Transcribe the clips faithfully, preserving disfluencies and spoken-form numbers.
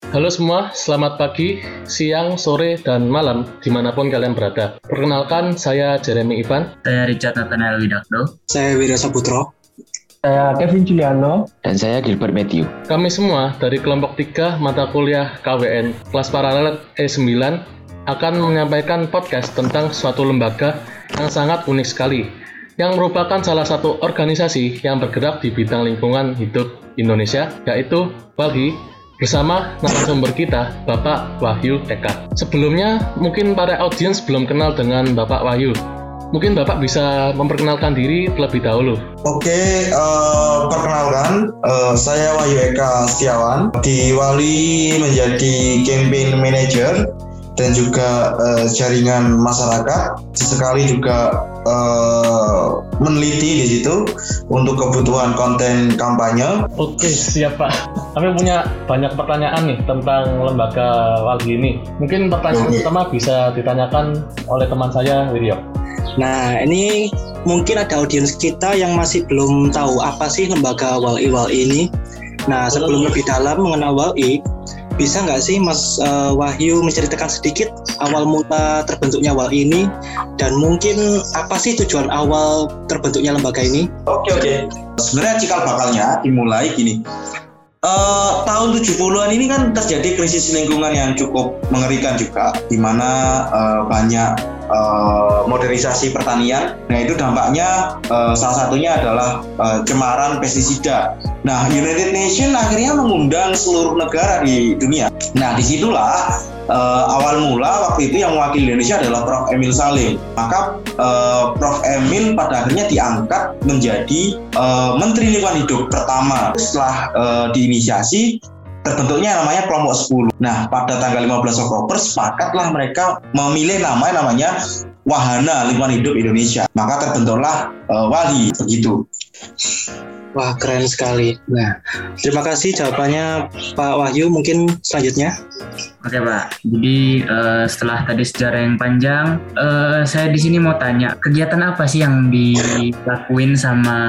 Halo semua, selamat pagi, siang, sore, dan malam dimanapun kalian berada. Perkenalkan, saya Jeremy Ivan. Saya Richard Nathanael Widakdo. Saya Wira Saputro. Saya Kevin Juliano. Dan saya Gilbert Matthew. Kami semua dari kelompok tiga mata kuliah K W N kelas paralel E sembilan akan menyampaikan podcast tentang suatu lembaga yang sangat unik sekali, yang merupakan salah satu organisasi yang bergerak di bidang lingkungan hidup Indonesia, yaitu WALHI, bersama narasumber kita, Bapak Wahyu Eka. Sebelumnya, mungkin para audiens belum kenal dengan Bapak Wahyu. Mungkin Bapak bisa memperkenalkan diri terlebih dahulu. Oke, uh, perkenalkan, uh, saya Wahyu Eka Setiawan. Di WALHI menjadi campaign manager dan juga uh, jaringan masyarakat. Sesekali juga uh, meneliti di situ untuk kebutuhan konten kampanye. Oke, siap Pak. Kami punya banyak pertanyaan nih tentang lembaga WALHI ini. Mungkin pertanyaan Oke. pertama bisa ditanyakan oleh teman saya, Wiryo. Nah, ini mungkin ada audiens kita yang masih belum tahu apa sih lembaga WALHI-WALHI ini. Nah, sebelum lebih dalam mengenal WALHI, bisa nggak sih Mas uh, Wahyu menceritakan sedikit awal mula terbentuknya WALHI ini, dan mungkin apa sih tujuan awal terbentuknya lembaga ini? Oke oke. Sebenarnya cikal bakalnya dimulai gini. Uh, tahun tujuh puluhan ini kan terjadi krisis lingkungan yang cukup mengerikan juga, di mana uh, banyak uh, modernisasi pertanian. Nah, itu dampaknya uh, salah satunya adalah uh, cemaran pestisida. Nah, United Nations akhirnya mengundang seluruh negara di dunia. Nah, disitulah uh, awal mula waktu itu yang mewakili Indonesia adalah Prof Emil Salim. Maka uh, Prof Emil pada akhirnya diangkat menjadi uh, Menteri Lingkungan Hidup pertama. Setelah uh, diinisiasi, terbentuknya namanya kelompok sepuluh. Nah, pada tanggal lima belas Oktober sepakatlah mereka memilih nama namanya Wahana Lingkungan Hidup Indonesia. Maka terbentuklah uh, WALHI begitu. Wah, keren sekali. Nah, terima kasih jawabannya Pak Wahyu. Mungkin selanjutnya. Oke Pak, jadi uh, setelah tadi sejarah yang panjang, uh, saya di sini mau tanya, kegiatan apa sih yang dilakuin sama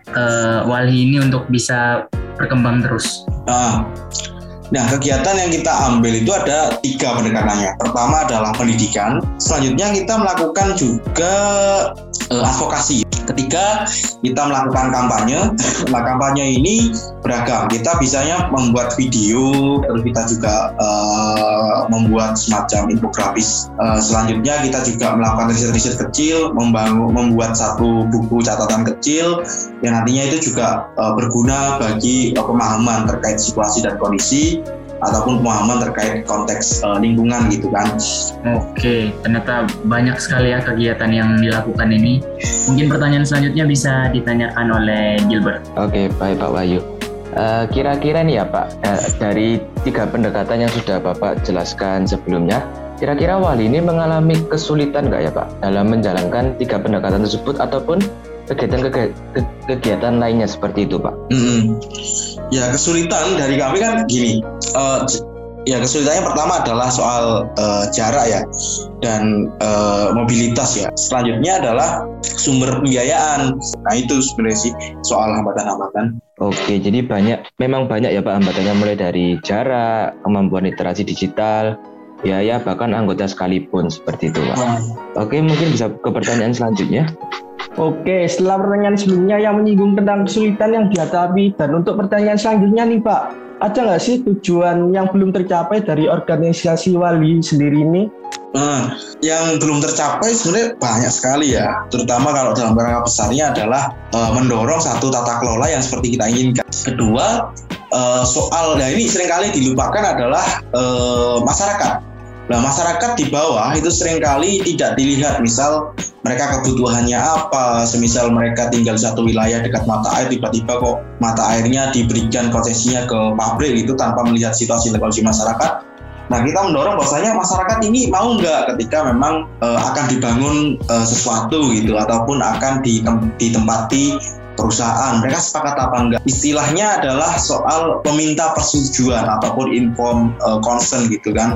uh, WALHI ini untuk bisa berkembang terus? Nah, Nah, kegiatan yang kita ambil itu ada tiga pendekatannya. Pertama adalah pendidikan. Selanjutnya kita melakukan juga uh, advokasi. Ketiga, kita melakukan kampanye. Nah, kampanye ini beragam. Kita bisanya membuat video, terus kita juga uh, membuat semacam infografis. Uh, selanjutnya kita juga melakukan riset-riset kecil, membangun, membuat satu buku catatan kecil yang nantinya itu juga uh, berguna bagi uh, pemahaman terkait situasi dan kondisi, ataupun pemahaman terkait konteks uh, lingkungan gitu kan. Oke, ternyata banyak sekali ya kegiatan yang dilakukan ini. Mungkin pertanyaan selanjutnya bisa ditanyakan oleh Gilbert. Oke, baik Pak Wahyu. Uh, kira-kira nih ya Pak, uh, dari tiga pendekatan yang sudah Bapak jelaskan sebelumnya, kira-kira WALHI ini mengalami kesulitan nggak ya Pak dalam menjalankan tiga pendekatan tersebut ataupun kegiatan-kegiatan lainnya seperti itu Pak? Hmm. Ya, kesulitan dari kami kan gini, uh, ya kesulitannya pertama adalah soal uh, jarak ya, dan uh, mobilitas ya. Selanjutnya adalah sumber pembiayaan. Nah, itu sebenarnya sih soal hambatan-hambatan. Oke, jadi banyak, memang banyak ya Pak hambatannya, mulai dari jarak, kemampuan literasi digital, biaya, bahkan anggota sekalipun seperti itu Pak. Hmm. Oke, mungkin bisa ke pertanyaan selanjutnya. Oke, setelah pertanyaan sebelumnya yang menyinggung tentang kesulitan yang dihadapi, dan untuk pertanyaan selanjutnya nih Pak, ada nggak sih tujuan yang belum tercapai dari organisasi WALHI sendiri ini? Nah, yang belum tercapai sebenarnya banyak sekali ya, terutama kalau dalam rangka besarnya adalah uh, mendorong satu tata kelola yang seperti kita inginkan. Kedua, uh, soal, nah ini seringkali dilupakan adalah uh, masyarakat. Nah, masyarakat di bawah itu seringkali tidak dilihat, misal mereka kebutuhannya apa, semisal mereka tinggal di satu wilayah dekat mata air, tiba-tiba kok mata airnya diberikan konsesinya ke pabrik gitu tanpa melihat situasi kondisi masyarakat. Nah, kita mendorong bahwasanya masyarakat ini mau nggak ketika memang uh, akan dibangun uh, sesuatu gitu, ataupun akan ditem- ditempati perusahaan, mereka sepakat apa enggak. Istilahnya adalah soal peminta persetujuan ataupun inform uh, consent gitu kan.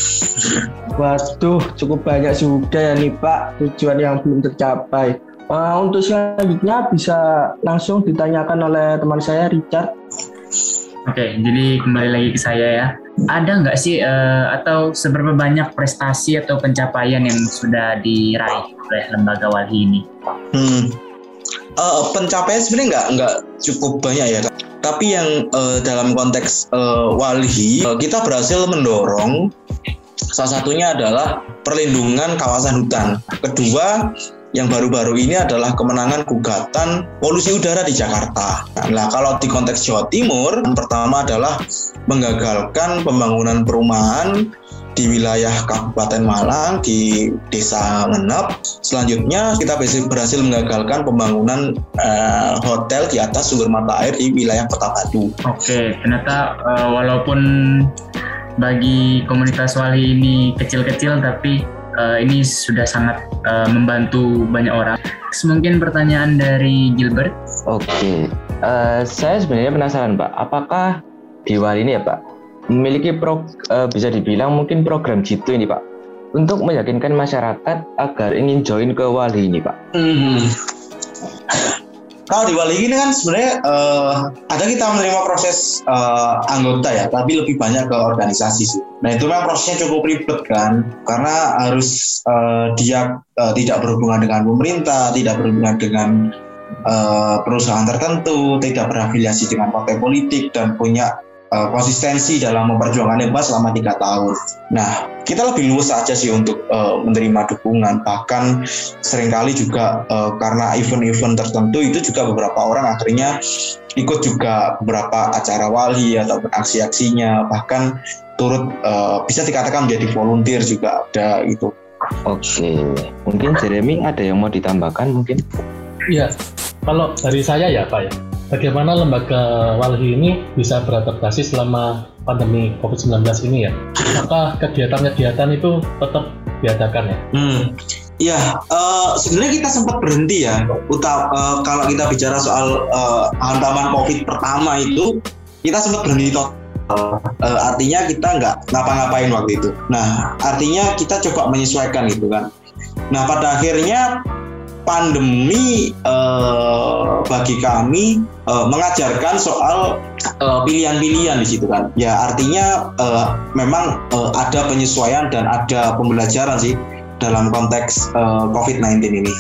Waduh, cukup banyak juga ya nih Pak tujuan yang belum tercapai. Uh, untuk selanjutnya bisa langsung ditanyakan oleh teman saya Richard. Oke, jadi kembali lagi ke saya ya. Ada nggak sih uh, atau seberapa banyak prestasi atau pencapaian yang sudah diraih oleh lembaga Walhi ini? Hmm, uh, pencapaian sebenarnya nggak nggak cukup banyak ya. Tapi yang uh, dalam konteks uh, Walhi, uh, kita berhasil mendorong salah satunya adalah perlindungan kawasan hutan. Kedua, yang baru-baru ini adalah kemenangan gugatan polusi udara di Jakarta. Nah, kalau di konteks Jawa Timur, yang pertama adalah menggagalkan pembangunan perumahan di wilayah Kabupaten Malang di Desa Ngenep. Selanjutnya kita berhasil menggagalkan pembangunan uh, hotel di atas sumber mata air di wilayah Kota Batu. Oke, ternyata uh, walaupun bagi komunitas Walhi ini kecil-kecil, tapi uh, ini sudah sangat uh, membantu banyak orang. Mungkin pertanyaan dari Gilbert. Oke, uh, saya sebenarnya penasaran Pak, apakah di Walhi ini ya Pak memiliki pro, uh, bisa dibilang mungkin program jitu ini Pak untuk meyakinkan masyarakat agar ingin join ke Walhi ini Pak? Mm-hmm. Kalau di Walhi ini kan sebenarnya uh, ada kita menerima proses uh, anggota ya, tapi lebih banyak ke organisasi sih. Nah itu memang prosesnya cukup ribet kan, karena harus uh, dia uh, tidak berhubungan dengan pemerintah, tidak berhubungan dengan uh, perusahaan tertentu, tidak berafiliasi dengan partai politik dan punya uh, konsistensi dalam memperjuangkan N E P A selama tiga tahun. Nah kita lebih luas aja sih untuk uh, menerima dukungan, bahkan seringkali juga uh, karena event-event tertentu itu juga beberapa orang akhirnya ikut juga beberapa acara Walhi atau aksi-aksinya, bahkan turut uh, bisa dikatakan menjadi volunteer juga ada itu. Oke, mungkin Jeremy ada yang mau ditambahkan mungkin? Iya, kalau dari saya ya Pak ya, bagaimana lembaga Walhi ini bisa beradaptasi selama pandemi covid sembilan belas ini ya? Maka kegiatan-kegiatan itu tetap diadakan ya? Hmm. Ya, uh, sebenarnya kita sempat berhenti ya. Uta, uh, kalau kita bicara soal uh, hantaman COVID pertama itu, kita sempat berhenti total. Uh, artinya kita nggak ngapa-ngapain waktu itu. Nah, artinya kita coba menyesuaikan gitu kan. Nah, pada akhirnya pandemi uh, bagi kami uh, mengajarkan soal uh, pilihan-pilihan di situ kan. Ya artinya uh, memang uh, ada penyesuaian dan ada pembelajaran sih dalam konteks uh, covid sembilan belas ini.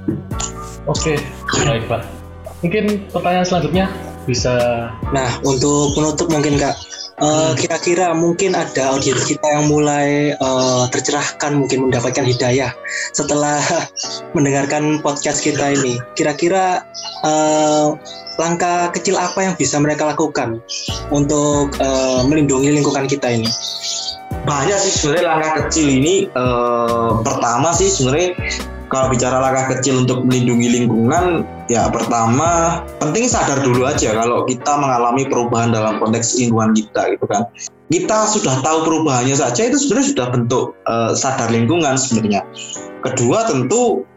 Oke, baik Pak. Mungkin pertanyaan selanjutnya bisa. Nah, untuk penutup mungkin Kak, uh, kira-kira mungkin ada audiens kita yang mulai uh, tercerahkan, mungkin mendapatkan hidayah setelah mendengarkan podcast kita ini. Kira-kira uh, langkah kecil apa yang bisa mereka lakukan untuk uh, melindungi lingkungan kita ini? Banyak sih sebenarnya langkah kecil ini. Uh, pertama sih sebenarnya kalau bicara langkah kecil untuk melindungi lingkungan, ya pertama penting sadar dulu aja kalau kita mengalami perubahan dalam konteks lingkungan kita gitu kan. Kita sudah tahu perubahannya saja itu sebenarnya sudah bentuk uh, sadar lingkungan sebenarnya. Kedua tentu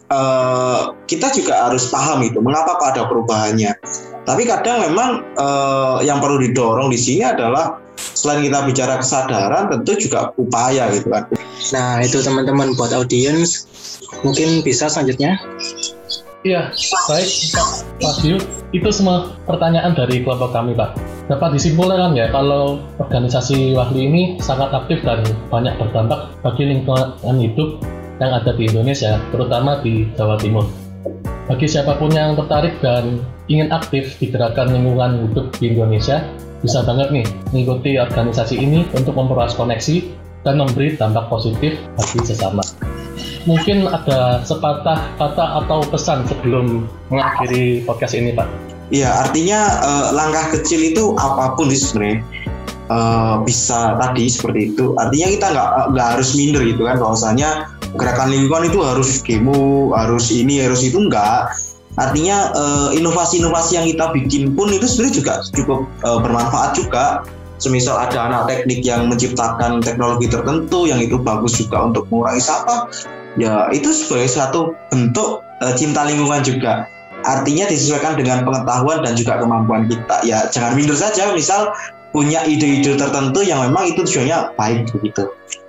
uh, kita juga harus paham itu mengapa kok ada perubahannya. Tapi kadang memang uh, yang perlu didorong di sini adalah selain kita bicara kesadaran tentu juga upaya gitu kan. Nah itu teman-teman buat audiens, mungkin bisa selanjutnya. Iya, baik Pak Fabio. Itu semua pertanyaan dari kelompok kami Pak. Dapat disimpulkan ya kalau organisasi Walhi ini sangat aktif dan banyak berdampak bagi lingkungan hidup yang ada di Indonesia, terutama di Jawa Timur. Bagi siapapun yang tertarik dan ingin aktif di gerakan lingkungan hidup di Indonesia, bisa banget nih mengikuti organisasi ini untuk memperluas koneksi dan memberi dampak positif bagi sesama. Mungkin ada sepatah kata atau pesan sebelum mengakhiri podcast ini Pak? Iya, artinya uh, langkah kecil itu apapun sih sebenarnya uh, bisa tadi seperti itu. Artinya kita nggak nggak harus minder gitu kan, bahwasanya gerakan lingkungan itu harus demo, harus ini, harus itu, enggak. Artinya uh, inovasi-inovasi yang kita bikin pun itu sebenarnya juga cukup uh, bermanfaat juga. Semisal ada anak teknik yang menciptakan teknologi tertentu yang itu bagus juga untuk mengurangi sampah, ya itu sebagai satu bentuk uh, cinta lingkungan juga. Artinya disesuaikan dengan pengetahuan dan juga kemampuan kita. Ya jangan minder saja, misal punya ide-ide tertentu yang memang itu tujuannya baik begitu.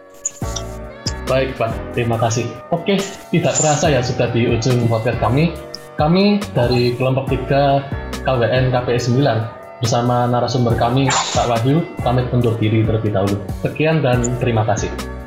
Baik Pak, terima kasih. Oke, tidak terasa ya sudah di ujung podcast kami. Kami dari kelompok tiga K W N K P I sembilan bersama narasumber kami, Pak Wahyu, pamit undur diri terlebih dahulu. Sekian dan terima kasih.